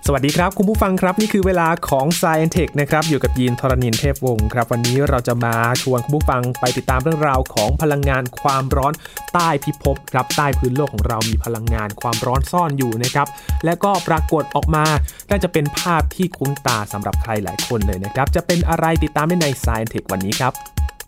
สวัสดีครับคุณผู้ฟังครับนี่คือเวลาของ Science Tech นะครับอยู่กับยีนธรณินทร์เทพวงศ์ครับวันนี้เราจะมาชวนคุณผู้ฟังไปติดตามเรื่องราวของพลังงานความร้อนใต้พิภพครับใต้พื้นโลกของเรามีพลังงานความร้อนซ่อนอยู่นะครับและก็ปรากฏออกมาน่าจะเป็นภาพที่คุ้นตาสำหรับใครหลายคนเลยนะครับจะเป็นอะไรติดตามได้ใน Science Tech วันนี้ครับ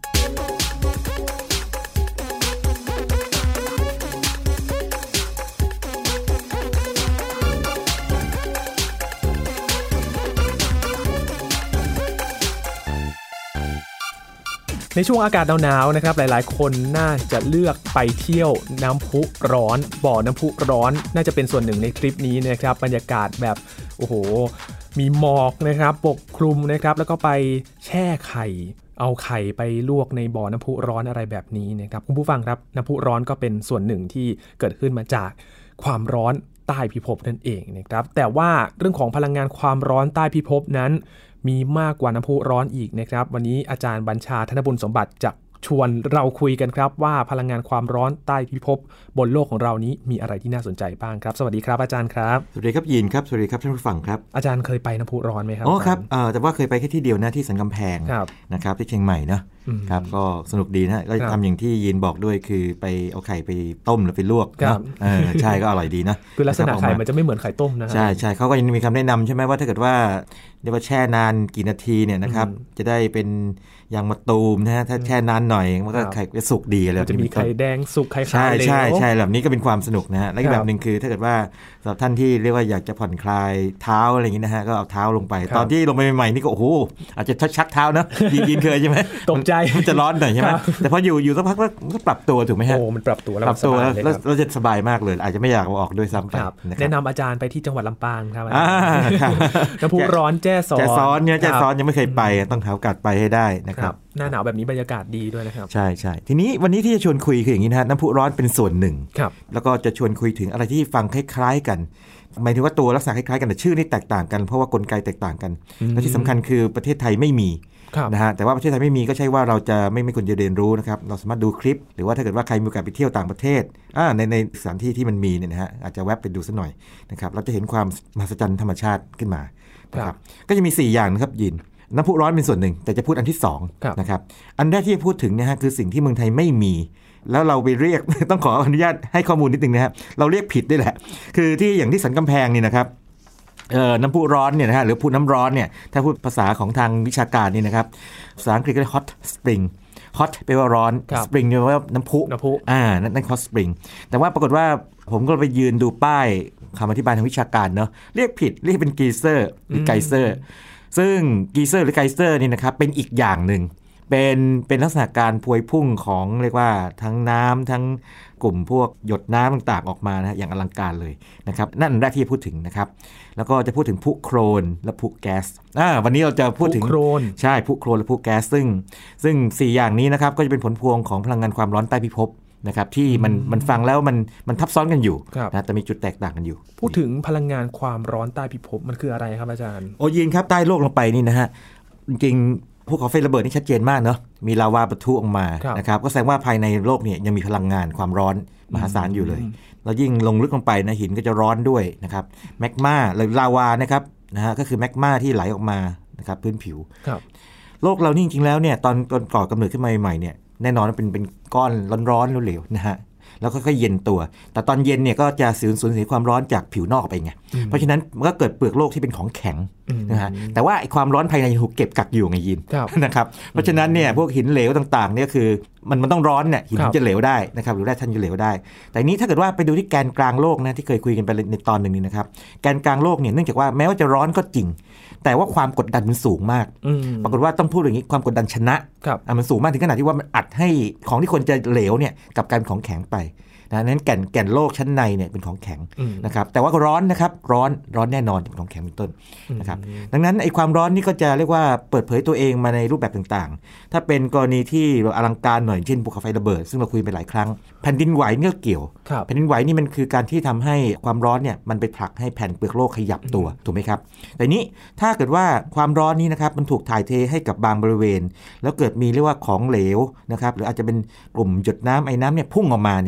ในช่วงอากาศหนาวๆนะครับหลายๆคนน่าจะเลือกไปเที่ยวน้ำพุร้อนบ่อน้ำพุร้อนน่าจะเป็นส่วนหนึ่งในทริปนี้นะครับบรรยากาศแบบโอ้โหมีหมอกนะครับปกคลุมนะครับแล้วก็ไปแช่ไข่เอาไข่ไปลวกในบ่อน้ำพุร้อนอะไรแบบนี้นะครับคุณผู้ฟังครับน้ำพุร้อนก็เป็นส่วนหนึ่งที่เกิดขึ้นมาจากความร้อนใต้พิภพนั่นเองนะครับแต่ว่าเรื่องของพลังงานความร้อนใต้พิภพนั้นมีมากกว่าน้ำพุร้อนอีกนะครับวันนี้อาจารย์บัญชาธนบุญสมบัติจะชวนเราคุยกันครับว่าพลังงานความร้อนใต้พิภพบนโลกของเรานี้มีอะไรที่น่าสนใจบ้างครับสวัสดีครับอาจารย์ครับสวัสดีครับยินครับสวัสดีครับท่านผู้ฟังครับอาจารย์เคยไปน้ำพุร้อนไหมครับอ๋อครับแต่ว่าเคยไปแค่ที่เดียวนะที่สันกำแพงนะครับที่เชียงใหม่นะครับก็สนุกดีนะก็ทำอย่างที่ยินบอกด้วยคือไปเอาไข่ไปต้มหรือไปลวกนะใช่ก็อร่อยดีนะคือลักษณะไข่มันจะไม่เหมือนไข่ต้มนะใช่ใช่เขาก็ยังมีคำแนะนำใช่ไหมว่าถ้าเกิดว่าเรียกว่าแช่นานกี่นาทีเนี่ยนะครับจะได้เป็นยางมะตูมนะฮะถ้าแช่นานหน่อยมันก็ไข่จะสุกดีอะไรจะมีไข่แดงสุกไข่ขาวใช่ใช่ใช่แบบนี้ก็เป็นความสนุกนะฮะและอีกแบบนึงคือถ้าเกิดว่าสำหรับท่านที่เรียกว่าอยากจะผ่อนคลายเท้าอะไรอย่างนี้นะฮะก็เอาเท้าลงไปตอนที่ลงไปใหม่ๆนี่ก็โอ้โหอาจจะชักเท้านะยินเคยใช่ไหมตกใจจะร้อนหน่อยใช่ไหมแต่พออยู่สักพักก็ปรับตัวถูกไหมฮะโอ้มันปรับตัวแล้วเราจะสบายมากเลยอาจจะไม่อยากเอาออกด้วยซ้ำไปแนะนำอาจารย์ไปที่จังหวัดลำปางครับน้ำพุร้อนแจ้ซ้อนเนี่ยแจ้ซ้อนยังไม่เคยไปต้องหาโอกาสไปให้ได้นะครับหน้าหนาวแบบนี้บรรยากาศดีด้วยนะครับใช่ใช่ทีนี้วันนี้ที่จะชวนคุยคืออย่างนี้นะฮะน้ำพุร้อนเป็นส่วนหนึ่งแล้วก็จะชวนคุยถึงอะไรที่ฟังคล้ายๆกันหมายถึงว่าตัวลักษณะคล้ายๆกันแต่ชื่อนี่แตกต่างกันเพราะว่ากลไกแตกต่างกันและที่สำคัญคือประเทศไทยไม่มีนะฮะแต่ว่าประเทศไทยไม่มีก็ใช่ว่าเราจะไม่ควรจะเรียนรู้นะครับเราสามารถดูคลิปหรือว่าถ้าเกิดว่าใครมีโอกาสไปเที่ยวต่างประเทศในสถานที่ที่มันมีเนี่ยนะฮะอาจจะแวะไปดูสักหน่อยนะครับเราจะเห็นความมหัศจรรย์ธรรมชาติขึ้นมานะครับก็จะมี4อย่างนะครับยินน้ำพุร้อนเป็นส่วนหนึ่งแต่จะพูดอันที่2นะครับอันแรกที่จะพูดถึงนะฮะคือสิ่งที่เมืองไทยไม่มีแล้วเราไปเรียก ต้องขออนุญาตให้ข้อมูลนิดนึงนะฮะเราเรียกผิดด้วยแหละคือที่อย่างที่สันกำแพงนี่นะครับน้ำพุร้อนเนี่ยนะฮะหรือพูดน้ำร้อนเนี่ยถ้าพูดภาษาของทางวิชาการนี่นะครับภาษาอังกฤษก็เรียก hot spring hot แปลว่าร้อน spring แปลว่าน้ำพุนั่น hot spring แต่ว่าปรากฏว่าผมก็ไปยืนดูป้ายคำอธิบายทางวิชาการเนาะเรียกผิดเรียกเป็นกีเซอร์หรือไกเซอร์ซึ่งกีเซอร์หรือไกเซอร์นี่นะครับเป็นอีกอย่างหนึ่งเป็นลักษณะการพวยพุ่งของเรียกว่าทั้งน้ำทั้งกลุ่มพวกหยดน้ำต่างๆออกมานะอย่างอลังการเลยนะครับนั่นแรกที่จะพูดถึงนะครับแล้วก็จะพูดถึงพุโครนและพุแก๊สวันนี้เราจะพูดถึงพุโครนใช่พุโครนและพุแก๊สซึ่ง4อย่างนี้นะครับก็จะเป็นผลพวงของพลังงานความร้อนใต้พิภพนะครับที่มันฟังแล้วมันทับซ้อนกันอยู่นะแต่มีจุดแตกต่างกันอยู่พูดถึงพลังงานความร้อนใต้พิภพมันคืออะไรครับอาจารย์โอ้ยินครับใต้โลกลงไปนี่นะฮะจริงๆภูเขาไฟระเบิดนี่ชัดเจนมากเนาะมีลาวาปะทุออกมานะครับก็แสดงว่าภายในโลกเนี่ยยังมีพลังงานความร้อนมหาศาลอยู่เลยแล้วยิ่งลงลึกลงไปนะหินก็จะร้อนด้วยนะครับแมกมาหรือลาวานะครับนะฮะก็คือแมกมาที่ไหลออกมานะครับพื้นผิวโลกเรานี่จริงๆแล้วเนี่ยตอนก่อกำเนิดขึ้นมาใหม่ๆเนี่ยแน่นอนว่าเป็นก้อนร้อนๆเหลวๆนะฮะแล้วก็เย็นตัวแต่ตอนเย็นเนี่ยก็จะสูญเสียความร้อนจากผิวนอกไปไงเพราะฉะนั้นมันก็เกิดเปลือกโลกที่เป็นของแข็งนะฮะแต่ว่าไอ้ความร้อนภายในถูกเก็บกักอยู่ไงยินนะครับเพราะฉะนั้นเนี่ยพวกหินเหลวต่างๆเนี่ยคือมันต้องร้อนเนี่ยหินจะเหลวได้นะครับหรือแร่ธาตุจะเหลวได้แต่นี้ถ้าเกิดว่าไปดูที่แกนกลางโลกนะที่เคยคุยกันไปในตอนหนึ่งนี่นะครับแกนกลางโลกเนี่ยเนื่องจากว่าแม้ว่าจะร้อนก็จริงแต่ว่าความกดดันมันสูงมากปรากฏว่าต้องพูดอย่างนี้ความกดดันชนะมันสูงมากถึงขนาดที่ว่ามันอัดให้ของที่ควรจะเหลวเนี่ยกับการของแข็งไปนั้นแก่นโลกชั้นในเนี่ยเป็นของแข็งนะครับแต่ว่าร้อนนะครับร้อนแน่นอนเป็นของแข็งเป็นต้นนะครับดังนั้นไอ้ความร้อนนี่ก็จะเรียกว่าเปิดเผยตัวเองมาในรูปแบบต่างๆถ้าเป็นกรณีที่อลังการหน่อยเช่นภูเขาไฟระเบิดซึ่งเราคุยไปหลายครั้งแผ่นดินไหวนี่ก็เกี่ยวแผ่นดินไหวนี่มันคือการที่ทำให้ความร้อนเนี่ยมันไปผลักให้แผ่นเปลือกโลกขยับตัวถูกไหมครับแต่นี้ถ้าเกิดว่าความร้อนนี้นะครับมันถูกถ่ายเทให้กับบางบริเวณแล้วเกิดมีเรียกว่าของเหลวนะครับหรืออาจจะเป็นกลุ่มหยดน้ำไอ้น้ำเนี่ยพุ่งออกมาเนี่ยนะครับ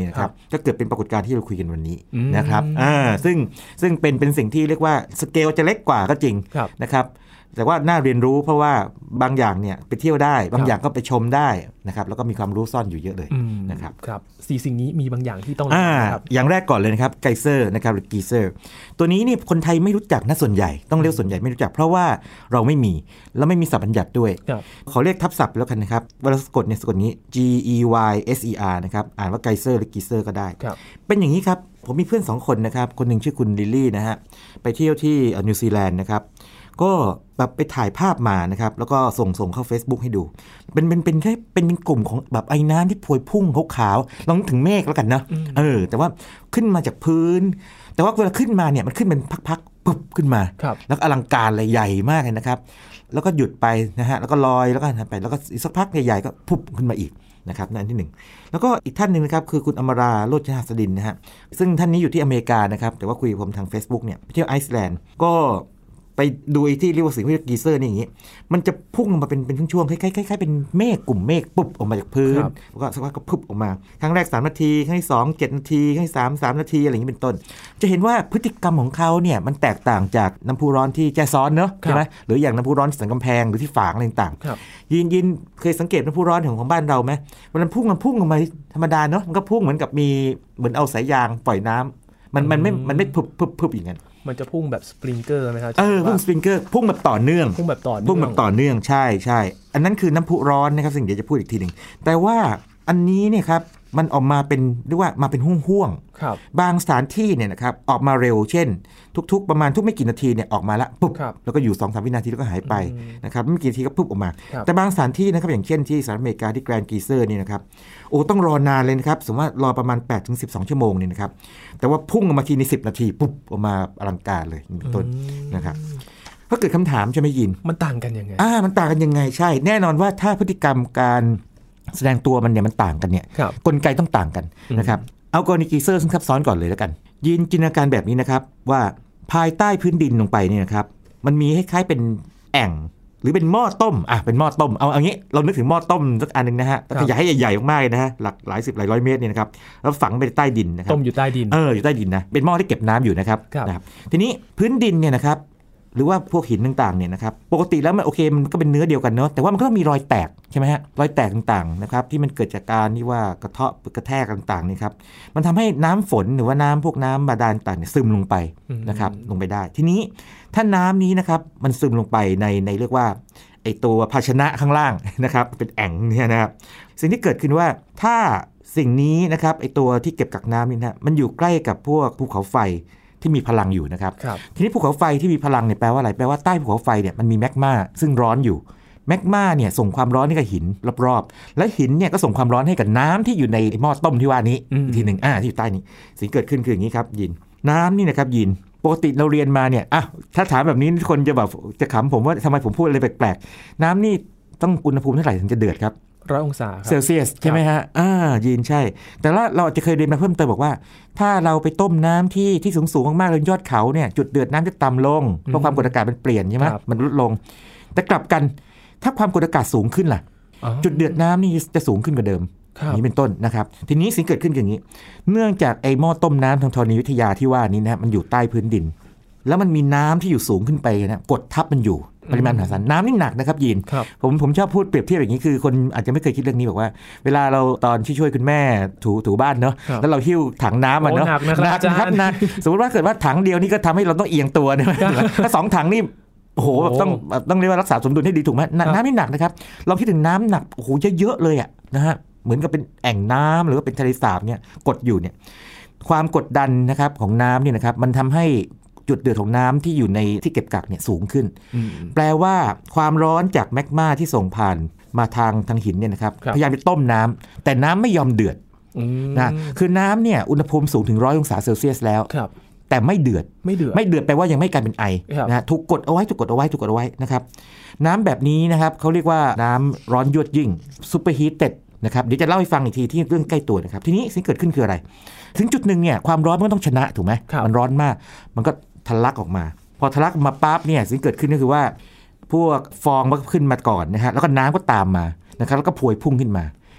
ก็เกิดเป็นปรากฏการณ์ที่เราคุยกันวันนี้นะครับซึ่งเป็นสิ่งที่เรียกว่าสเกลจะเล็กกว่าก็จริงนะครับแต่ว่าน่าเรียนรู้เพราะว่าบางอย่างเนี่ยไปเที่ยวได้บางอย่างก็ไปชมได้นะครับแล้วก็มีความรู้ซ่อนอยู่เยอะเลยนะครับครับ4สิ่งนี้มีบางอย่างที่ต้องครับอย่างแรกก่อนเลยนะครับไกเซอร์นะครับหรือกีเซอร์ตัวนี้นี่คนไทยไม่รู้จักนะส่วนใหญ่ต้องเรียกส่วนใหญ่ไม่รู้จักเพราะว่าเราไม่มีแล้วไม่มีศัพท์บัญญัติด้วยเขาเรียกทับศัพท์แล้วกันนะครับเวลาสะกดเนี่ยสะกดนี้ G E Y S E R นะครับอ่านว่าไกเซอร์หรือกีเซอร์ก็ได้เป็นอย่างนี้ครับผมมีเพื่อน2คนนะครับคนหนึ่งชื่อคุณลิลลี่นะฮะไปเที่ยวที่นิวซีแลนด์นะครับก็แบบไปถ่ายภาพมานะครับแล้วก็ส่งเข้า Facebook ให้ดูเป็นแค่เป็นกลุ่มของแบบไอ้น้ำที่พวยพุ่งขาวๆลองถึงเมฆแล้วกันนะแต่ว่าขึ้นมาจากพื้นแต่ว่าเวลาขึ้นมาเนี่ยมันขึ้นเป็นพักๆปุ๊บขึ้นมาแล้วอลังการเลยใหญ่มากเลยนะครับแล้วก็หยุดไปนะฮะแล้วก็ลอยแล้วก็หันไปแล้วก็อีกสักพักใหญ่ๆก็พุบขึ้นมาอีกนะครับนั่นที่1แล้วก็อีกท่านหนึ่งนะครับคือคุณอมราโรจนหัสดินนะฮะซึ่งท่านนี้อยู่ที่อเมริกานะครับแต่ว่าคุยกับผมทาง Facebook เนี่ยไปเที่ยวไอซ์แลนด์ก็ไปดูไอ้ที่เรียกว่าสิ่งที่กีเซอร์นี่อย่างงี้มันจะพุ่งออกมาเป็นช่วงๆคล้ายๆเป็นเมฆกลุ่มเมฆปุ๊บออกมาจากพื้นแล้วก็สักพักก็พุบออกมาครั้งแรก3นาทีครั้งที่2 7นาทีครั้งที่3 นาทีอะไรอย่างนี้เป็นต้นจะเห็นว่าพฤติกรรมของเขาเนี่ยมันแตกต่างจากน้ำพุร้อนที่แจซ้อนเนอะใช่ไหมหรืออย่างน้ำพุร้อนสันกำแพงหรือที่ฝางอะไรต่างๆยินเคยสังเกตน้ำพุร้อนของบ้านเราไหมวันนั้นพุ่งออกมาธรรมดาเนอะมันก็พุ่งเหมือนกับเหมือนเอาสายยางปล่อยน้ำมันไม่พุบอย่างนั้นมันจะพุ่งแบบสปริงเกอร์ไหมครับพุ่งสปริงเกอร์พุ่งแบบต่อเนื่องใช่อันนั้นคือน้ำพุร้อนนะครับสิ่งเดี๋ยวจะพูดอีกทีหนึ่งแต่ว่าอันนี้เนี่ยครับมันออกมาเป็นเรียกว่ามาเป็นห่วงบางสถานที่เนี่ยนะครับออกมาเร็วเช่นทุกประมาณทุกไม่กี่นาทีเนี่ยออกมาละปุ๊บแล้วก็อยู่ 2-3 วินาทีแล้วก็หายไปนะครับไม่กี่นาทีก็ปุ๊บออกมาแต่บางสถานที่นะครับอย่างเช่นที่สหรัฐอเมริกาที่แกรนด์กีเซอร์นี่นะครับโอ้ต้องรอนานเลยนะครับสมมติว่ารอประมาณ 8-12 ชั่วโมงนี่นะครับแต่ว่าพุ่งออกมาทีใน10 นาทีปุ๊บออกมาอลังการเลยเป็นต้นนะครับก็เกิดคำถามใช่ไหมยินมันต่างกันยังไงมันต่างกันยังไงใช่แน่นอนว่าถ้าพฤติกรรมการแสดงตัวมันเนี่ยมันต่างกันเนี่ยกลไกต้องต่างกันนะครับเอากรณีกีเซอร์ซึ่งซับซ้อนก่อนเลยแล้วกันยินจินตนาการแบบนี้นะครับว่าภายใต้พื้นดินลงไปเนี่ยนะครับมันมีคล้ายๆเป็นแอ่งหรือเป็นหม้อต้มเป็นหม้อต้มเอางี้เรานึกถึงหม้อต้มสักอันนึงนะฮะขยายให้ใหญ่ๆมากๆนะฮะหลายสิบหลายร้อยเมตรเนี่ยนะครับแล้วฝังไปใต้ดินนะครับต้มอยู่ใต้ดินอยู่ใต้ดินนะเป็นหม้อที่เก็บน้ำอยู่นะครับทีนี้พื้นดินเนี่ยนะครับหรือว่าพวกหินต่างๆเนี่ยนะครับปกติแล้วมันโอเคมันก็เป็นเนื้อเดียวกันเนาะแต่ว่ามันก็ต้องมีรอยแตกใช่ไหมฮะรอยแตกต่างๆนะครับที่มันเกิดจากการที่ว่ากระเทาะกระแทกต่างๆนี่ครับมันทำให้น้ำฝนหรือว่าพวกน้ำบาดาลต่างเนี่ยซึมลงไปนะครับลงไปได้ทีนี้ถ้าน้ำนี้นะครับมันซึมลงไปในเรียกว่าไอตัวภาชนะข้างล่างนะครับเป็นแอ่งเนี่ยนะครับสิ่งที่เกิดขึ้นว่าถ้าสิ่งนี้นะครับไอตัวที่เก็บกักน้ำนี่นะมันอยู่ใกล้กับพวกภูเขาไฟที่มีพลังอยู่นะครับทีนี้ภูเขาไฟที่มีพลังเนี่ยแปลว่าอะไรแปลว่าใต้ภูเขาไฟเนี่ยมันมีแมกมาซึ่งร้อนอยู่แมกมาเนี่ยส่งความร้อนให้กับหินรอบๆและหินเนี่ยก็ส่งความร้อนให้กับน้ำที่อยู่ในหม้อต้มที่ว่านี้อีกทีหนึ่งที่อยู่ใต้นี้สิ่งเกิดขึ้นคืออย่างนี้ครับยินน้ำนี่นะครับยินปกติเราเรียนมาเนี่ยถ้าถามแบบนี้คนจะแบบจะขำผมว่าทำไมผมพูดอะไรแปลกๆน้ำนี่ต้องอุณหภูมิเท่าไหร่ถึงจะเดือดครับ 100 องศาเซลเซียสใช่ไหมฮะยินใช่แต่ว่าเราจะเคยเรียนมาเพิ่มเติมบอกว่าถ้าเราไปต้มน้ำที่สูงๆมากๆเลยยอดเขาเนี่ยจุดเดือดน้ำจะต่ำลงเพราะความกดอากาศมันเปลี่ยนใช่ไหมมันลดลงแต่กลับกันถ้าความกดอากาศสูงขึ้นล่ะจุดเดือดน้ำนี่จะสูงขึ้นกว่าเดิมนี้เป็นต้นนะครับทีนี้สิ่งเกิดขึ้นอย่างนี้เนื่องจากไอ้หม้อต้มน้ำทางธรณีวิทยาที่ว่านี้นะมันอยู่ใต้พื้นดินแล้วมันมีน้ำที่อยู่สูงขึ้นไปนะกดทับมันอยู่ปริมาณมหาศาลน้ำนี่หนักนะครับยินผมชอบพูดเปรียบเทียบอย่างนี้คือคนอาจจะไม่เคยคิดเรื่องนี้บอกว่าเวลาเราตอนช่วยคุณแม่ถูบ้านเนาะแล้วเราหิ้วถังน้ำเนาะหนักนะครับนะสมมติว่าเกิดว่าถังเดียวนี่ก็ทำให้เราต้องเอียงตัวนะถ้า2 ถังนี่โอ้โหต้องเรียกว่ารักษาสมดุลให้ดีถูกไหมน้ำนี่หนักนะครับลองคิดถึงน้ำหนักโอ้โหเยอะๆเลยนะฮะเหมือนกับเป็นแอ่งน้ำหรือว่าเป็นทะเลสาบเนี่ยกดอยู่เนี่ยความกดดันนะครับของน้ำเนี่ยนะครับมันทำให้จุดเดือดของน้ำที่อยู่ในที่เก็บกักเนี่ยสูงขึ้นแปลว่าความร้อนจากแมกมาที่ส่งผ่านมาทางหินเนี่ยนะครับพยายามจะต้มน้ำแต่น้ำไม่ยอมเดือดนะคือน้ำเนี่ยอุณหภูมิสูงถึง100 องศาเซลเซียสแล้วแต่ไม่เดือดแปลว่ายังไม่กลายเป็นไอนะถูกกดเอาไว้นะครับน้ำแบบนี้นะครับเขาเรียกว่าน้ำร้อนยวดยิ่งซูเปอร์ฮีทเต็ดนะครับเดี๋ยวจะเล่าให้ฟังอีกทีที่เรื่องใกล้ตัวนะครับทีนี้สิ่งเกิดขึ้นคืออะไรถึงจุดหนึ่งเนี่ยความร้อนมันต้องชนะถูกไหมมันร้อนมากมันก็ทะลักออกมาพอทะลักมาปั๊บเนี่ยสิ่งเกิดขึ้นก็คือว่าพวกฟองมันขึ้นมาก่อนนะฮะแล้วก็น้ำก็ตามมานะครับแล้วก็พวยพุ่งขึ้นมา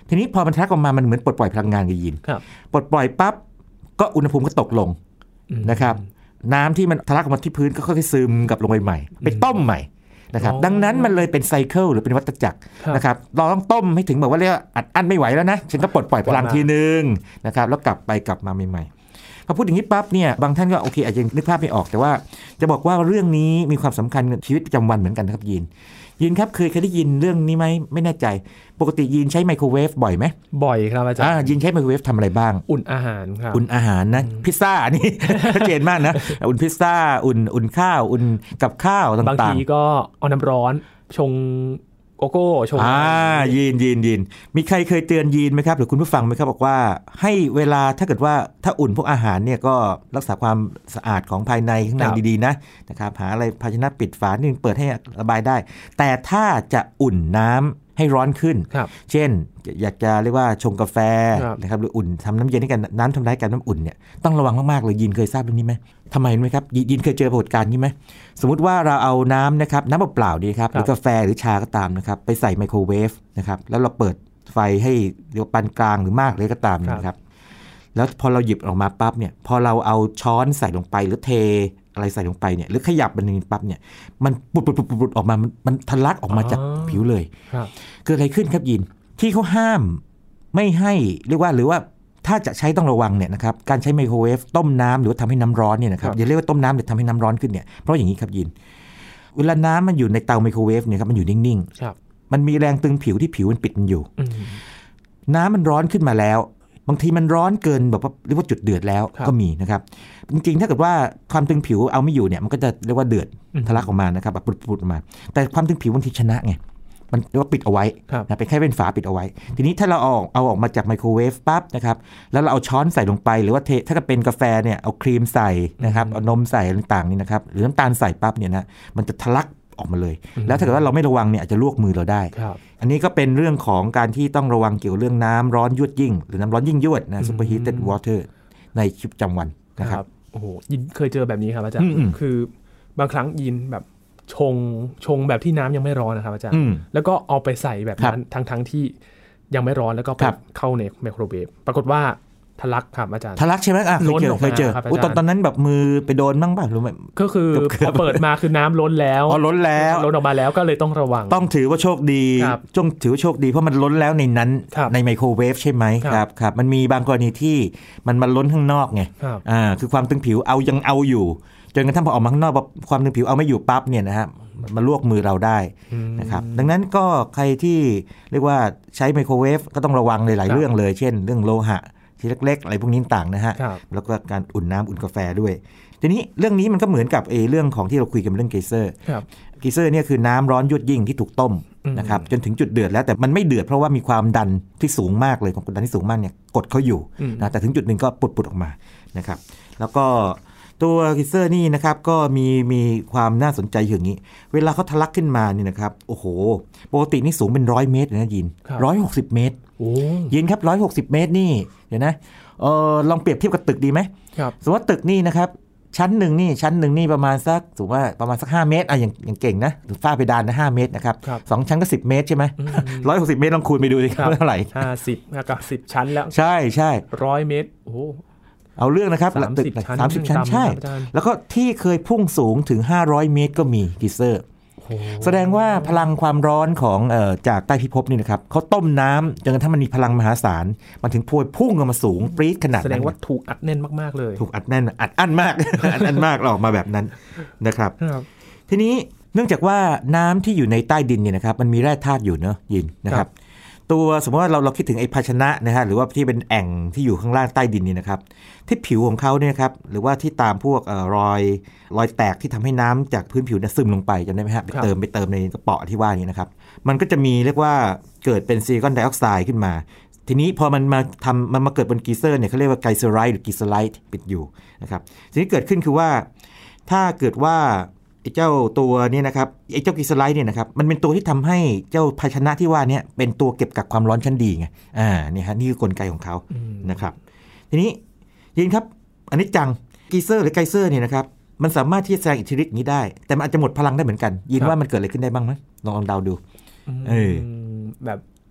ทีนี้พอมันทะลักออกมามันเหมือนปลดปล่อยพลังงานกับยินปลดปล่อยปั๊บก็อุณหภูมิก็ตกลงนะครับน้ำที่มันทะลักออกมาที่พื้นก็ค่อยๆซึมกลับลงไปใหม่ไปต้มใหม่นะครับดังนั้นมันเลยเป็นไซเคิลหรือเป็นวัฏจักรนะครับเราต้องต้มให้ถึงแบบว่าเรียกว่าอัดอั้นไม่ไหวแล้วนะฉันก็ปลดปล่อยพลังทีนึงนะครับแล้วกลับมาใหม่ๆพอพูดอย่างนี้ปั๊บเนี่ยบางท่านก็โอเคอาจจะนึกภาพไม่ออกแต่ว่าจะบอกว่าเรื่องนี้มีความสำคัญกับชีวิตประจำวันเหมือนกันนะครับยินครับเคยได้ยินเรื่องนี้ไหมไม่แน่ใจปกติยินใช้ไมโครเวฟบ่อยไหมบ่อยครับอาจารย์ยินใช้ไมโครเวฟทำอะไรบ้างอุ่นอาหารครับอุ่นอาหารนะพิซซ่านี่ชัดเจนมากนะอุ่นพิซซ่าอุ่นข้าวอุ่นกับข้าวต่างๆบางทีก็เอาน้ำร้อนชงโกโก้ชงยีนมีใครเคยเตือนยีนไหมครับหรือคุณผู้ฟังไหมครับบอกว่าให้เวลาถ้าเกิดว่าถ้าอุ่นพวกอาหารเนี่ยก็รักษาความสะอาดของภายในข้างในดีๆนะครับหาอะไรภาชนะปิดฝานี่เปิดให้ระบายได้แต่ถ้าจะอุ่นน้ำให้ร้อนขึ้นเช่นอยากจะเรียกว่าชงกาแฟนะครับหรืออุ่นทำน้ำเย็นให้กันน้ำทำร้ายกันน้ำอุ่นเนี่ยต้องระวังมากๆเลยยินเคยทราบเรื่องนี้ไหมทำไมไหมครับยินเคยเจอปรากฏการณ์นี้ไหมสมมุติว่าเราเอาน้ำนะครับน้ำเปล่าๆดีครับหรือกาแฟหรือชาก็ตามนะครับไปใส่ไมโครเวฟนะครับแล้วเราเปิดไฟให้เรียกว่าปานกลางหรือมากเลยก็ตามนะครับแล้วพอเราหยิบออกมาปั๊บเนี่ยพอเราเอาช้อนใส่ลงไปหรือเทอะไรใส่ลงไปเนี่ยหรือขยับมันนึงปั๊บเนี่ยมันปุดออกมามันทะลักออกมาจากผิวเลยเกิดอะไรขึ้นครับยินที่เขาห้ามไม่ให้เรียกว่าหรือว่าถ้าจะใช้ต้องระวังเนี่ยนะครับการใช้ไมโครเวฟต้มน้ำหรือว่าทำให้น้ำร้อนเนี่ยนะครับอย่าเรียกว่าต้มน้ำหรือทำให้น้ำร้อนขึ้นเนี่ยเพราะอย่างนี้ครับยินเวลาน้ำมันอยู่ในเตาไมโครเวฟเนี่ยครับมันอยู่นิ่งๆมันมีแรงตึงผิวที่ผิวมันปิดมันอยู่น้ำมันร้อนขึ้นมาแล้วบางทีมันร้อนเกินแบบว่าเรียกว่าจุดเดือดแล้วก็มีนะครับจริงๆถ้าเกิดว่าความตึงผิวเอาไม่อยู่เนี่ยมันก็จะเรียกว่าเดือดทะลักออกมานะครับแบบปุดๆออกมาแต่ความตึงผิวบางทีชนะไงมันเรียกว่าปิดเอาไว้นะเป็นแค่เป็นฝาปิดเอาไว้ทีนี้ถ้าเราเอาออกมาจากไมโครเวฟปั๊บนะครับแล้วเราเอาช้อนใส่ลงไปหรือว่าถ้าก็เป็นกาแฟเนี่ยเอาครีมใส่นะครับเอานมใส่ต่างๆนี่นะครับหรือน้ำตาลใส่ปั๊บเนี่ยนะมันจะทะลักออกมาเลยแล้วถ้าเกิดว่าเราไม่ระวังเนี่ยอาจจะลวกมือเราได้อันนี้ก็เป็นเรื่องของการที่ต้องระวังเกี่ยวเรื่องน้ำร้อนยวดยิ่งหรือน้ำร้อนยิ่งยวดนะ superheated water ในชีวิตประจำวันนะครับโอ้โหยินเคยเจอแบบนี้ครับอาจารย์คือบางครั้งยินแบบชงแบบที่น้ำยังไม่ร้อนนะครับอาจารย์แล้วก็เอาไปใส่แบบนั้นทั้งที่ยังไม่ร้อนแล้วก็เข้าในไมโครเวฟปรากฏว่าทะลักครับอาจารย์ทะลักใช่ไหมเคยเจอตอนนั้นแบบมือไปโดนบ้างป่ะรู้ไหมก็คือพอเปิดมาคือน้ำล้นแล้วล้นออกมาแล้วก็เลยต้องระวังต้องถือว่าโชคดีถือว่าโชคดีเพราะมันล้นแล้วในนั้นในไมโครเวฟใช่ไหมครับมันมีบางกรณีที่มันล้นข้างนอกไงคือความตึงผิวยังเอาอยู่จนกระทั่งพอออกมาข้างนอกความตึงผิวเอาไม่อยู่ปั๊บเนี่ยนะฮะมาลวกมือเราได้นะครับดังนั้นก็ใครที่เรียกว่าใช้ไมโครเวฟก็ต้องระวังหลายๆเรื่องเลยเช่นเรื่องโลหะที่เล็กๆอะไรพวกนี้ต่างนะฮะแล้วก็การอุ่นน้ำอุ่นกาแฟด้วยทีนี้เรื่องนี้มันก็เหมือนกับเรื่องของที่เราคุยกันเรื่องเกเซอร์เนี่ยคือน้ำร้อนยวดยิ่งที่ถูกต้มนะครับจนถึงจุดเดือดแล้วแต่มันไม่เดือดเพราะว่ามีความดันที่สูงมากเลยความกดดันที่สูงมากเนี่ยกดเขาอยู่นะแต่ถึงจุดหนึ่งก็ปุดออกมานะครับแล้วก็ตัวกิเซอร์นี่นะครับก็มีความน่าสนใจอย่างนี้เวลาเขาทะลักขึ้นมานี่นะครับโอ้โหปกตินี่สูงเป็น100 เมตรนะยิน160 เมตรยินครับ160 เมตรนี่เดี๋ยวนะลองเปรียบเทียบกับตึกดีไหมสมมติว่าตึกนี่นะครับชั้นหนึ่งนี่ประมาณสักสมมติว่าประมาณสัก5 เมตรอย่างเก่งนะหรือฝ้าเพดานนะ5 เมตรนะครับ2 ชั้นก็10 เมตรใช่ไหม160 เมตรลองคูณไปดูสิครับเท่าไหร่ 50กับ10 ชั้นแล้วใช่ 100 เมตรโอ้เอาเรื่องนะครับตึก30 ชั้นใช่แล้วก็ที่เคยพุ่งสูงถึง500 เมตรก็มีกิเซอร์แสดงว่าพลังความร้อนของจากใต้พิภพนี่นะครับเขาต้มน้ำจนกระทั่งมันมีพลังมหาศาลมันถึงพวยพุ่งออกมาสูงปรี๊ดขนาดนั้นแสดงว่าถูกอัดแน่นมากๆเลยถูกอัดแน่นอัดอั้นมาก อัดอั้นมากออกมาแบบนั้นนะครับทีนี้เนื่องจากว่าน้ำที่อยู่ในใต้ดินเนี่ยนะครับมันมีแร่ธาตุอยู่เนอะยินนะครับตัวสมมติว่าเราคิดถึงไอ้ภาชนะนะฮะหรือว่าที่เป็นแอ่งที่อยู่ข้างล่างใต้ดินนี่นะครับที่ผิวของเขาเนี่ยครับหรือว่าที่ตามพวกรอยแตกที่ทำให้น้ำจากพื้นผิวซึมลงไปจำได้ไหมฮะไปเติมในกระป๋อที่ว่านี้นะครับมันก็จะมีเรียกว่าเกิดเป็นซิลิคอนไดออกไซด์ขึ้นมาทีนี้พอมันมาเกิดบนกีเซอร์เนี่ยเขาเรียกว่าไกเซอไรต์หรือกีเซอไรต์ปิดอยู่นะครับสิ่งที่เกิดขึ้นคือว่าถ้าเกิดว่าไอ้เจ้าตัวนี้นะครับไอ้เจ้ากิสไลท์เนี่ยนะครับมันเป็นตัวที่ทำให้เจ้าภาชนะที่ว่านี้เป็นตัวเก็บกักความร้อนชั้นดีไงนี่ฮะนี่คือกลไกของเขานะครับทีนี้ยินครับอันนี้จังกีเซอร์หรือไกเซอร์เนี่ยนะครับมันสามารถที่จะแสดงอิทธิฤทธิ์นี้ได้แต่มันอาจจะหมดพลังได้เหมือนกันยินว่ามันเกิดอะไรขึ้นได้บ้างไหมลองเดาดูแบบ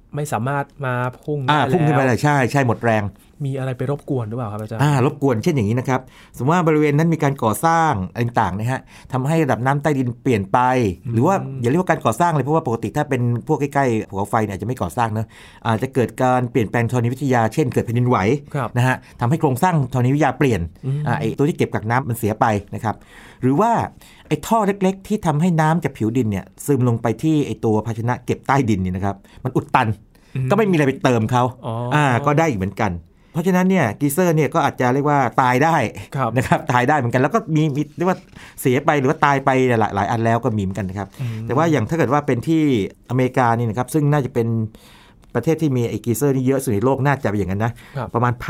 ไม่สามารถมาพุ่งได้แล้วพุ่งขึ้นไปได้ใช่หมดแรงมีอะไรไปรบกวนหรือเปล่าครับอาจารย์รบกวนเช่นอย่างนี้นะครับสมมติว่าบริเวณนั้นมีการก่อสร้างต่างๆนะฮะทำให้ระดับน้ำใต้ดินเปลี่ยนไปหรือว่าอย่าเรียกว่าการก่อสร้างเลยเพราะว่าปกติถ้าเป็นพวกใกล้ๆภูเขาไฟเนี่ยอาจจะไม่ก่อสร้างเนอะอาจจะเกิดการเปลี่ยนแปลงธรณีวิทยาเช่นเกิดแผ่นดินไหวนะฮะทำให้โครงสร้างธรณีวิทยาเปลี่ยนไอ้ตัวที่เก็บกักน้ำมันเสียไปนะครับหรือว่าไอ้ท่อเล็กๆที่ทำให้น้ำจากผิวดินเนี่ยซึมลงไปที่ไอ้ตัวภาชนะเก็บใต้ดินนี่นะครับมันอุดตันก็ไม่มีอะไรไปเติมเขาก็ได้อีกเหมือนกันเพราะฉะนั้นเนี่ยกีเซอร์เนี่ยก็อาจจะเรียกว่าตายได้นะครับตายได้เหมือนกันแล้วก็มีเรียกว่าเสียไปหรือว่าตายไปหลายอันแล้วก็มีเหมือนกันนะครับแต่ว่าอย่างถ้าเกิดว่าเป็นที่อเมริกานี่นะครับซึ่งน่าจะเป็นประเทศที่มีไอ้กีเซอร์นี่เยอะสุดในโลกน่าจะเป็นอย่างนั้นนะประมาณ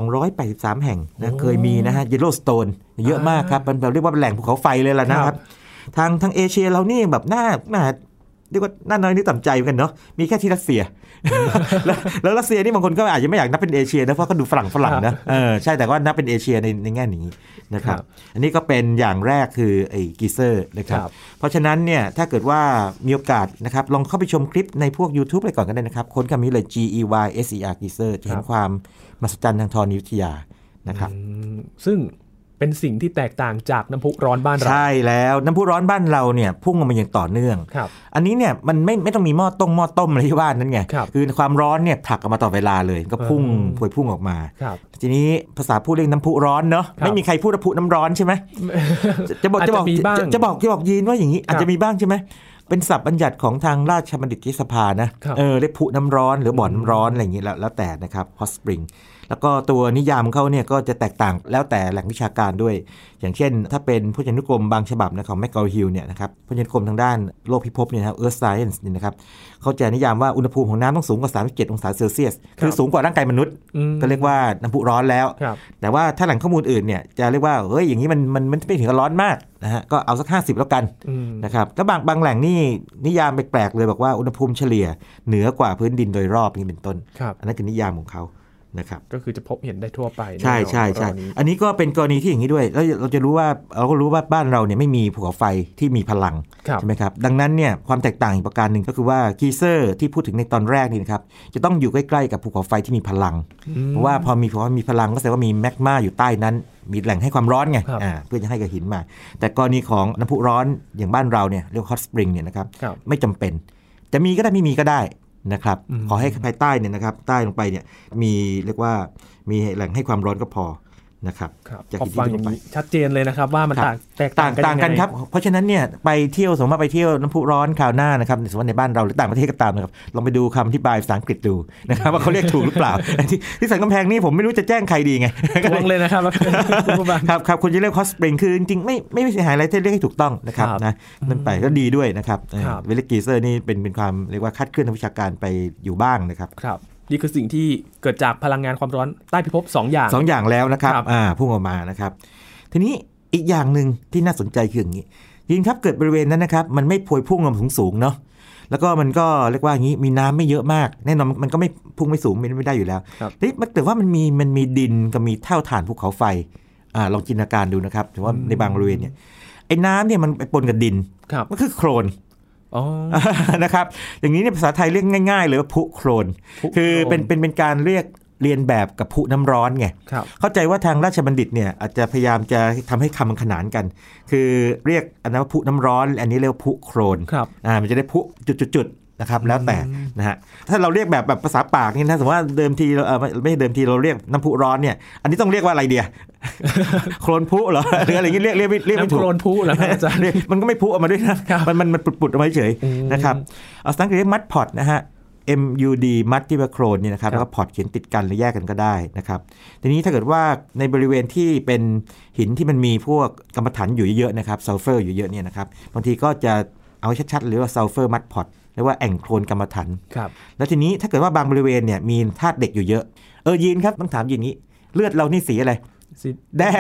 1,283 แห่งนะเคยมีนะฮะเยลโลว์สโตนเยอะมากครับมันเรียกว่าเป็นแหล่งภูเขาไฟเลยล่ะนะครับทางเอเชียเรานี่แบบน่าเรียกว่าน่าน้อยนึกต่ำใจเหมือนกันเนาะมีแค่ที่รัสเซีย แล้วรัสเซียนี่บางคนก็อาจจะไม่อยากนับเป็นเอเชียนะเพราะเขาดูฝรั่งนะใช่แต่ว่านับเป็นเอเชียในแง่นี้นะครับอันนี้ก็เป็นอย่างแรกคือไอ้กีเซอร์นะครับเพราะฉะนั้นเนี่ยถ้าเกิดว่ามีโอกาสนะครับลองเข้าไปชมคลิปในพวก YouTube อะไรก่อนก็ได้นะครับค้นคำนี้เลย GEYSER กีเซอร์จะเห็นความมหัศจรรย์ทางธรณีวิทยานะครับซึ่งเป็นสิ่งที่แตกต่างจากน้ำพุร้อนบ้านเราใช่แล้วน้ำพุร้อนบ้านเราเนี่ยพุ่งออกมาอย่างต่อเนื่องอันนี้เนี่ยมันไม่ต้องมีหม้อต้มอะไรที่ว่านั้นไงคือความร้อนเนี่ยผลักออกมาต่อเวลาเลยก็พุ่งพวยพุ่งออกมาทีนี้ภาษาพูดเรียกน้ำพุร้อนเนาะไม่มีใครพูดน้ำพุน้ำร้อนใช่ไหมจะบอกยีนว่าอย่างนี้อาจจะมีบ้างใช่ไหมเป็นศัพท์บัญญัติของทางราชบัณฑิตยสภานะเรียกพุน้ำร้อนหรือบ่อน้ำร้อนอะไรอย่างนี้แล้วแต่นะครับ hot spring แล้วก็ตัวนิยามเขาเนี่ยก็จะแตกต่างแล้วแต่แหล่งวิชาการด้วยอย่างเช่นถ้าเป็นพจนานุกรมบางฉบับนะของแมคกอลฮิลเนี่ยนะครับพจนานุกรมทางด้านโลกพิภพเนี่ยนะครับ Earth Science นี่นะครับเขาจะนิยามว่าอุณหภูมิของน้ำต้องสูงกว่า37องศาเซลเซียสคือสูงกว่าร่างกายมนุษย์ก็เรียกว่าน้ำพุร้อนแล้วแต่ว่าถ้าแหล่งข้อมูลอื่นเนี่ยจะเรียกว่าอย่างนี้มันไม่ถึงกับร้อนมากนะฮะก็เอาสัก50แล้วกันนะครับก็บางแหล่งนี่นิยามแปลกๆเลยบอกว่าอุณหภูมิเฉลี่ยเหนือกว่าพื้นดินโดยรอบนี่เป็นต้นอันนั้นคือนิยามของเขานะครับก็คือจะพบเห็นได้ทั่วไปใช่อันนี้ก็เป็นกรณีที่อย่างนี้ด้วยแล้วเราก็รู้ว่าบ้านเราเนี่ยไม่มีภูเขาไฟที่มีพลังใช่ไหมครับดังนั้นเนี่ยความแตกต่างอีกประการหนึ่งก็คือว่ากีเซอร์ที่พูดถึงในตอนแรกนี่นะครับจะต้องอยู่ใกล้ๆกับภูเขาไฟที่มีพลังเพราะว่าพอมีภูเขามีพลังก็แสดงว่ามีแมกมาอยู่ใต้นั้นมีแหล่งให้ความร้อนไงเพื่อจะให้กับหินมาแต่กรณีของน้ำพุร้อนอย่างบ้านเราเนี่ยเรียกว่า hot spring เนี่ยนะครับไม่จำเป็นจะมีก็ได้ไม่มีก็ได้นะครับขอให้ภายใต้เนี่ยนะครับใต้ลงไปเนี่ยมีเรียกว่ามีแหล่งให้ความร้อนก็พอนะครับจากที่ฟังอย่างนี้ชัดเจนเลยนะครับว่ามันแตกต่างกันครับเพราะฉะนั้นเนี่ยไปเที่ยวสมมติไปเที่ยวน้ำพุร้อนคราวหน้านะครับสมมติในบ้านเราหรือต่างประเทศก็ตามนะครับลองไปดูคำอธิบายภาษาอังกฤษดูนะครับว่าเขาเรียกถูกหรือเปล่าที่สันกำแพงนี่ผมไม่รู้จะแจ้งใครดีไงลงเลยนะครับครับคุณจะเรียก hot spring คือจริงๆไม่เสียหายอะไรที่เรียกให้ถูกต้องนะครับนะนั่นไปก็ดีด้วยนะครับเวลกีเซอร์นี่เป็นความเรียกว่าคาดเคลื่อนทางวิชาการไปอยู่บ้างนะครับนี่คือสิ่งที่เกิดจากพลังงานความร้อนใต้พิภพ2อย่างแล้วนะครับพุ่งออกมานะครับทีนี้อีกอย่างนึงที่น่าสนใจคืออย่างนี้ยินครับเกิดบริเวณนั้นนะครับมันไม่พวยพุ่งลงสูงเนาะแล้วก็มันก็เรียกว่าอย่างนี้มีน้ำไม่เยอะมากแน่นอนมันก็ไม่พุ่งไม่สูงไม่ได้อยู่แล้วทีนี้แต่ว่ามันมีดินกับมีเท่าฐานภูเขาไฟลองจินตนาการดูนะครับถือว่าในบางบริเวณเนี่ยไอ้น้ำเนี่ยมันไปปนกับดินมันคือโคลนนะครับอย่างนี้เนี่ยภาษาไทยเรียกง่ายๆเลยว่าพุโคลนคือเป็นการเรียนแบบกับพุน้ำร้อนไงเข้าใจว่าทางราชบัณฑิตเนี่ยอาจจะพยายามจะทำให้คำมันขนานกันคือเรียกอันนั้นว่าพุน้ำร้อนอันนี้เรียกพุโคลนมันจะได้พุจุดๆนะครับแล้วแต่นะฮะถ้าเราเรียกแบบภาษาปากนี่นะสมมติว่าเดิมทีไม่เดิมทีเราเรียกน้ำพุร้อนเนี่ยอันนี้ต้องเรียกว่าอะไรเดียโคลนพุเหรอหรืออะไรอย่างนี้เรียกไม่ถูกโคลนพุเหรออาจารย์มันก็ไม่พุออกมาด้วยนะมันปุดๆออกมาเฉยนะครับเอาสังเกตมัดพอตนะฮะ MUD มัดที่ว่าโคลนเนี่ยนะครับแล้วก็พอตเขียนติดกันหรือแยกกันก็ได้นะครับทีนี้ถ้าเกิดว่าในบริเวณที่เป็นหินที่มันมีพวกกรรมฐานอยู่เยอะๆนะครับซัลเฟอร์อยู่เยอะเนี่ยนะครับบางทีก็จะเอาชัดๆหรือว่าซัลเฟอร์มัดพอตเรียกว่าแอ่งโคลนกรรมฐานแล้วทีนี้ถ้าเกิดว่าบางบริเวณเนี่ยมีธาตุเหล็กอยู่เยอะยีนครับต้องถามอย่างนี้เลือดเรานี่สีอะไรแดง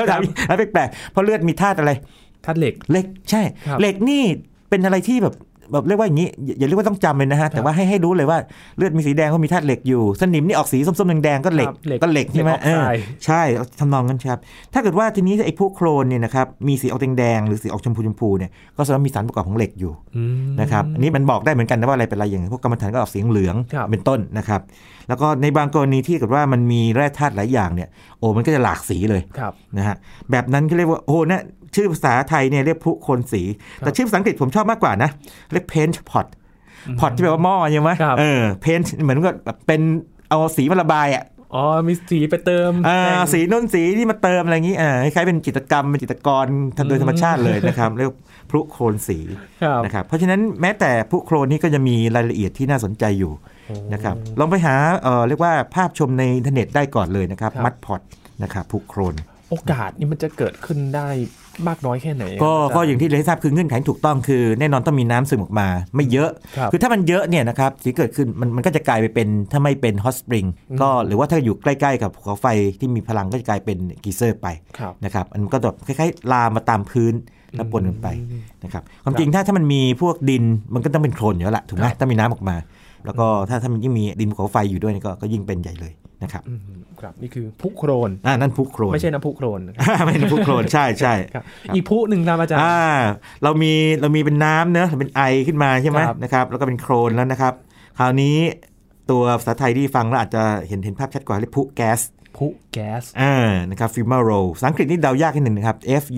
แปลกๆเพราะเลือดมีธาตุอะไรธาตุเหล็กใช่เหล็กนี่เป็นอะไรที่แบบแบบเรียกว่าอย่างนี้อย่าเรียกว่าต้องจำเลยนะฮะแต่ว่าให้รู้เลยว่าเลือดมีสีแดงเพราะมีธาตุเหล็กอยู่สนิมนี่ออกสีส้มๆแดงๆก็เหล็กใช่ไหมใช่ทำนองนั้นครับถ้าเกิดว่าทีนี้ไอ้พวกโครนเนี่ยนะครับมีสีออกแดงๆหรือสีออกชมพูเนี่ยก็แสดงว่ามีสารประกอบของเหล็กอยู่นะครับอันนี้มันบอกได้เหมือนกันนะว่าอะไรเป็นอะไรอย่างพวกกรรมฐานก็ออกสีเหลืองเป็นต้นนะครับแล้วก็ในบางกรณีที่เกิดว่ามันมีแร่ธาตุหลายอย่างเนี่ยมันก็จะหลากสีเลยนะฮะแบบนั้นก็เรียกว่าเนี่ยชื่อภาษาไทยเนี่ยเรียกพลุโคลนสีแต่ชื่อภาษาอังกฤษผมชอบมากกว่านะเรียก paint pot ที่แปลว่าหม้อใช่ไหมpaint เหมือนกับเป็นเอาสีมาระบายอ่ะมีสีไปเติมสีนุ่นสีที่มาเติมอะไรอย่างนี้คล้ายๆเป็นจิตรกรรมเป็นจิตรกรทำโดยธรรมชาติเลยนะครับเรียกพลุโคลนสีนะครับเพราะฉะนั้นแม้แต่พลุโคลนนี่ก็จะมีรายละเอียดที่น่าสนใจอยู่นะครับลองไปหาเรียกว่าภาพชมในอินเทอร์เน็ตได้ก่อนเลยนะครับมัดพอตนะครับพลุโคลนโอกาสนี่มันจะเกิดขึ้นได้มากน้อยแค่ไหนก็อย่างที่เรียนทราบคือเงื่อนไขถูกต้องคือแน่นอนต้องมีน้ำซึมออกมาไม่เยอะคือถ้ามันเยอะเนี่ยนะครับที่เกิดขึ้นมันก็จะกลายไปเป็นถ้าไม่เป็นฮอตสปริงก็หรือว่าถ้าอยู่ใกล้ๆกับภูเขาไฟที่มีพลังก็จะกลายเป็นกีเซอร์ไปนะครับมันก็แบบคล้ายๆลามมาตามพื้นแล้วปนกันไปนะครับความจริงถ้ามันมีพวกดินมันก็ต้องเป็นโคลนอยู่แล้วล่ะถูกไหมถ้ามีน้ำออกมาแล้วก็ถ้ามันยิ่งมีดินภูเขาไฟอยู่ด้วยก็ยิ่งเป็นใหญ่เลยนะครับครับนี่คือพุโครนนั่นพุโครนไม่ใช่น้ำพุโครนไม่ใช่พุโครนใช่ใช่อีกพุหนึ่งครับอาจารย์เรามีเป็นน้ำเนอะเป็นไอขึ้นมาใช่ไหมนะครับแล้วก็เป็นโครนแล้วนะครับคราวนี้ตัวภาษาไทยที่ฟังแล้วอาจจะเห็นภาพชัดกว่าเรียกพุแก๊สนะครับฟิมาโรภาษาอังกฤษนี่เดายากนิดหนึ่งนะครับ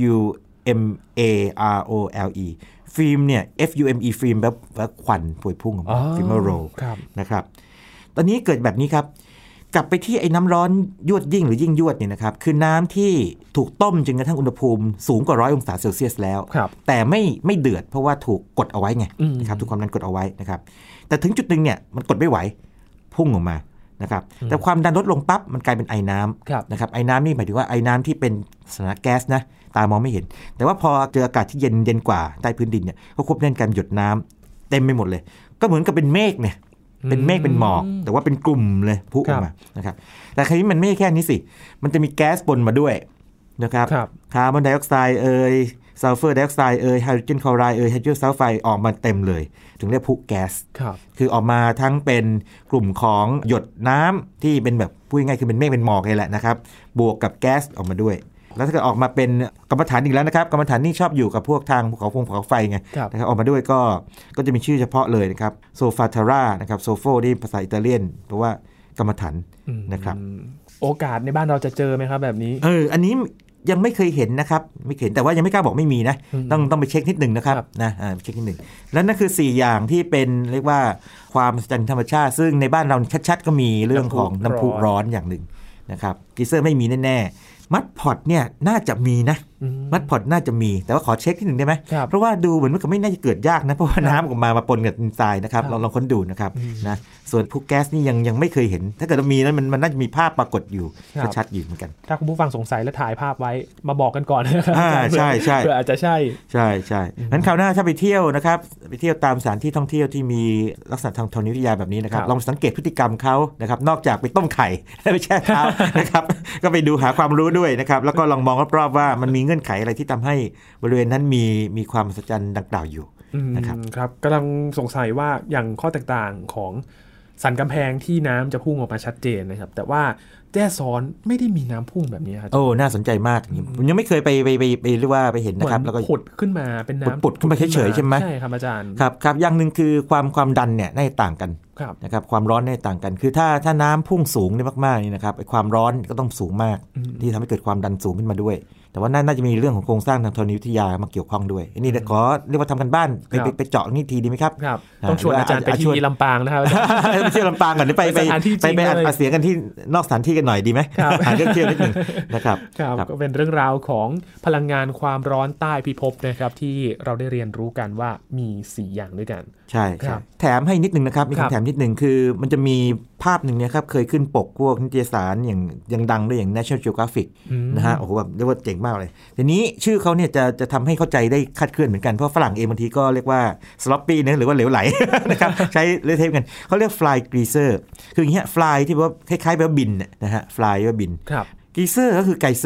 FUMAROLE ฟิล์มเนี่ย FUME ฟิล์มแบบควันพวยพุ่งออกมาฟิมาโรนะครับตอนนี้เกิดแบบนี้ครับกลับไปที่ไอ้น้ำร้อนยวดยิ่งหรือยิ่งยวดเนี่ยนะครับคือน้ำที่ถูกต้มจนกระทั่งอุณหภูมิสูงกว่า100 องศาเซลเซียสแล้วแต่ไม่เดือดเพราะว่าถูกกดเอาไว้ไงนะครับถูกความดันกดเอาไว้นะครับแต่ถึงจุดนึงเนี่ยมันกดไม่ไหวพุ่งออกมานะครับแต่ความดันลดลงปั๊บมันกลายเป็นไอน้ำนะครับไอน้ำนี่หมายถึงว่าไอน้ำที่เป็นสถานะแก๊สนะตามองไม่เห็นแต่ว่าพอเจออากาศที่เย็นกว่าใต้พื้นดินเนี่ยก็ควบแน่นกันหยดน้ำเต็มไปหมดเลยก็เหมือนกับเป็นเมฆเนี่ยเป็นเมฆเป็นหมอกแต่ว่าเป็นกลุ่มเลยพุ่งออกมานะครับแต่คราวนี้มันไม่แค่นี้สิมันจะมีแก๊สปนมาด้วยนะครับคาร์บอนไดออกไซด์ซัลเฟอร์ไดออกไซด์ไฮโดรเจนคลอไรด์ไฮโดรเจนซัลไฟด์ออกมาเต็มเลยถึงเรียกพุแก๊สคือออกมาทั้งเป็นกลุ่มของหยดน้ำที่เป็นแบบพูดง่ายๆคือเป็นเมฆเป็นหมอกเลยแหละนะครับบวกกับแก๊สออกมาด้วยแล้วถ้าเกิดออกมาเป็นกรรมฐานอีกแล้วนะครับกรรมฐานนี่ชอบอยู่กับพวกทางภูเขาไฟไงนะครับออกมาด้วยก็จะมีชื่อเฉพาะเลยนะครับโซฟาทาร่านะครับโซโฟนี่ภาษาอิตาเลียนเพราะว่ากรรมฐานนะครับโอกาสในบ้านเราจะเจอไหมครับแบบนี้อันนี้ยังไม่เคยเห็นนะครับไม่เห็นแต่ว่ายังไม่กล้าบอกไม่มีนะต้องไปเช็คนิดหนึ่งนะครับนะเช็คนิดหนึ่งแล้วนั่นคือ4อย่างที่เป็นเรียกว่าความมหัศจรรย์ธรรมชาติซึ่งในบ้านเราชัดๆก็มีเรื่องของน้ำพุร้อนอย่างหนึ่งนะครับกีเซอร์ไม่มีแน่ๆมัดพอตเนี่ยน่าจะมีนะมัดพอตน่าจะมีแต่ว่าขอเช็คที่หนึ่งได้ไหมเพราะว่าดูเหมือนมันก็ไม่น่าจะเกิดยากนะเพราะว่าน้ำออกมาปนกับดินทรายนะครับลองค้นดูนะครับนะส่วนพวกแก๊สนี่ยังไม่เคยเห็นถ้าเกิดมีนั้นมันน่าจะมีภาพปรากฏอยู่ชัดๆอยู่เหมือนกันถ้าคุณผู้ฟังสงสัยและถ่ายภาพไว้มาบอกกันก่อนใช่ใช่เพื่ออาจจะใช่งั้นคราวหน้าถ้าไปเที่ยวนะครับไปเที่ยวตามสถานที่ท่องเที่ยวที่มีลักษณะทางธรณีวิทยาแบบนี้นะครับลองสังเกตพฤติกรรมเขานะครับนอกจากไปต้มไข่และไปแช่เท้านะครับก็ไปดูหาความรู้ด้วยนะครับแล้วก็ลองมองรอบๆว่ามันมีเงื่อนไขอะไรที่ทำให้บริเวณนั้นมีความมหัศจรรย์ดังกล่าวอยู่นะครับครับกำลังสงสัยว่าอย่างข้อแตกต่างของสันกำแพงที่น้ำจะพุ่งออกมาชัดเจนนะครับแต่ว่าแจ้ซ้อนไม่ได้มีน้ำพุ่งแบบนี้ครับน่าสนใจมากผมยังไม่เคยไปเรียกว่าไปเห็นนะครับแล้วก็ผุดขึ้นมาเป็นน้ำผุดขึ้นมาเฉยๆใช่ไหมใช่ครับอาจารย์ครับอย่างหนึ่งคือความดันเนี่ยน่าจะต่างกันนะครับความร้อนน่าจะต่างกันคือถ้าน้ำพุ่งสูงได้มากๆนี่นะครับความร้อนก็ต้องสูงมากที่ทำให้เกิดความดันสูงขึ้นมาด้วยแต่ว่าน่าจะมีเรื่องของโครงสร้างทางธรณีวิทยามาเกี่ยวข้องด้วยนี่ขอเรียกว่าทำกันบ้านไปเจาะนี่ทีดีไหมครับต้องชวนอาจารย์ไปที่ลำปางนะครับไปเที่ยวลำปางก่อนหรือไปอัดเสียงกันที่นอกสถานที่กันหน่อยดีไหมหาเรื่องเที่ยวนิดนึงนะครับก็เป็นเรื่องราวของพลังงานความร้อนใต้พิภพนะครับที่เราได้เรียนรู้กันว่ามี4อย่างด้วยกันใช่แถมให้นิดนึงนะครับมีคำแถมนิดนึงคือมันจะมีภาพหนึ่งเนี่ยครับเคยขึ้นปกพวกนิตยสารอย่างดังด้วยอย่าง National Geographic นะฮะโอ้โหแบบเรียกว่าเจ๋งมากเลยทีนี้ชื่อเขาเนี่ยจะทำให้เข้าใจได้คลาดเคลื่อนเหมือนกันเพราะฝรั่งเองบางทีก็เรียกว่า sloppy นะหรือว่าเหลวไหล นะครับใช้เล่นเทปกันเขาเรียก fly greaser คืออย่างเงี้ย fly ที่ว่าคล้ายๆแบบบินนะฮะ fly ว่าบิน greaser ก็คือไกเซอร์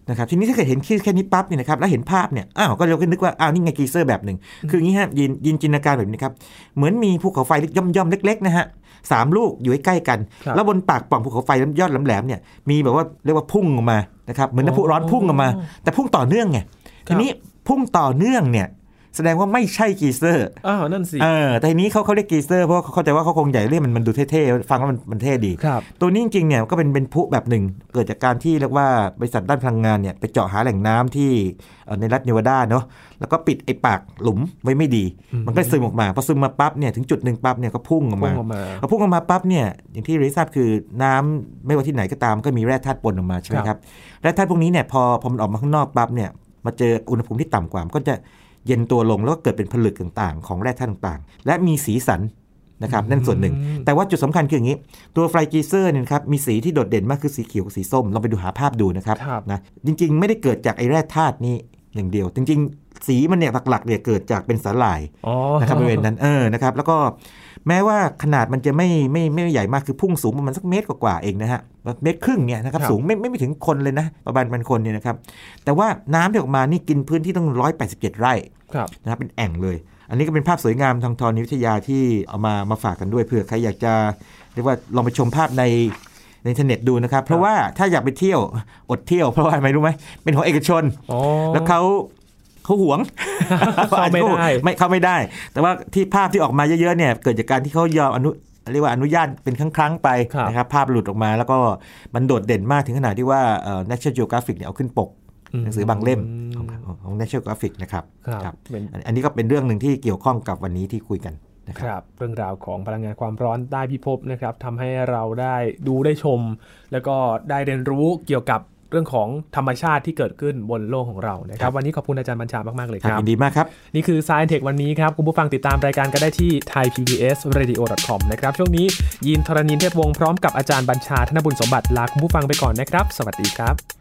นะครับทีนี้ถ้าเกิดเห็นแค่นี้ปั๊บเนี่ยนะครับแล้วเห็นภาพเนี่ยก็เราก็นึกว่านี่ไงกีเซอร์แบบหนึ่งคืออย่างนี้ฮะยินจินตนาการแบบนี้ครับเหมือนมีภูเขาไฟย่อมๆเล็กๆนะฮะ3 ลูกอยู่ใกล้กันแล้วบนปากปล่องภูเขาไฟยอดแหลมๆเนี่ยมีแบบว่าเรียกว่าพุ่งออกมานะครับเหมือนน้ำพุร้อนพุ่งออกมาแต่พุ่งต่อเนื่องไงทีนี้พุ่งต่อเนื่องเนี่ยแสดงว่าไม่ใช่กีเซอร์นั่นสิแต่ทีนี้เขาเรียกกีเซอร์เพราะเขาเข้าใจว่าเขาคงใหญ่เรียกมันดูเท่ๆฟังแล้วมันเท่ดีตัวนี้จริงๆเนี่ยก็เป็นพลุแบบหนึ่งเกิดจากการที่เรียกว่าบริษัทด้านพลังงานเนี่ยไปเจาะหาแหล่งน้ำที่ในรัฐเนวาดาเนาะแล้วก็ปิดไอ้ปากหลุมไว้ไม่ดีมันก็ซึมออกมาพอซึมมาปั๊บเนี่ยถึงจุดนึงปั๊บเนี่ยก็พุ่งออกมาพอพุ่งออกมาปั๊บเนี่ยอย่างที่เราทราบคือน้ำไม่ว่าที่ไหนก็ตามก็มีแร่ธาตุปนออกมาใช่ไหมครับแร่ธาตุพวกนี้เนี่ยพอมันออกมาข้างนอกปั๊บเนี่ยมาเจออุณหภูมิที่ต่ำกว่าก็จะเย็นตัวลงแล้วก็เกิดเป็นผลึกต่างๆของแร่ธาตุต่างๆและมีสีสันนะครับนั่นส่วนหนึ่งแต่ว่าจุดสำคัญคืออย่างนี้ตัวไฟกีเซอร์เนี่ยครับมีสีที่โดดเด่นมากคือสีเขียวกับสีส้มลองไปดูหาภาพดูนะครับนะจริงๆไม่ได้เกิดจากไอ้แร่ธาตุนี้อย่างเดียวจริงๆสีมันเนี่ยหลักๆเนี่ยเกิดจากเป็นสาหร่ายนะครับบริเวณนั้นนะครับแล้วก็แม้ว่าขนาดมันจะไม่ใหญ่มากคือพุ่งสูงประมาณสักเมตรกว่าเองนะฮะ1.5 เมตรเนี่ยนะครับสูงไม่ถึงคนเลยนะประมาณพันคนเนี่ยนะครับแต่ว่าน้ำที่ออกมานี่กินพื้นที่ต้อง187 ไร่นะครับเป็นแอ่งเลยอันนี้ก็เป็นภาพสวยงามทางธรณีวิทยาที่เอามาฝากกันด้วยเผื่อใครอยากจะเรียกว่าลองไปชมภาพในอินเทอร์เน็ตดูนะครับเพราะว่าถ้าอยากไปเที่ยวอดเที่ยวเพราะว่าอะไรรู้ไหมเป็นของเอกชนแล้วเขาหวงเข้าไม่ได้แต่ว่าที่ภาพที่ออกมาเยอะๆเนี่ยเกิดจากการที่เขายอมเรียกว่าอนุญาตเป็นครั้งๆไปนะครับภาพหลุดออกมาแล้วก็มันโดดเด่นมากถึงขนาดที่ว่าNational Geographic เนี่ยเอาขึ้นปกหนังสือบางเล่มของ National Geographic นะครับอันนี้ก็เป็นเรื่องหนึ่งที่เกี่ยวข้องกับวันนี้ที่คุยกันนะครับเรื่องราวของพลังงานความร้อนใต้พิภพนะครับทำให้เราได้ดูได้ชมแล้วก็ได้เรียนรู้เกี่ยวกับเรื่องของธรรมชาติที่เกิดขึ้นบนโลกของเรานะครับวันนี้ขอบคุณอาจารย์บัญชามากๆเลยครับยินดีมากครับนี่คือ Science Tech วันนี้ครับคุณผู้ฟังติดตามรายการก็ได้ที่ thaipbsradio.com นะครับช่วงนี้ยินทรณินเทพวงศ์พร้อมกับอาจารย์บัญชาธนบุญสมบัติลาคุณผู้ฟังไปก่อนนะครับสวัสดีครับ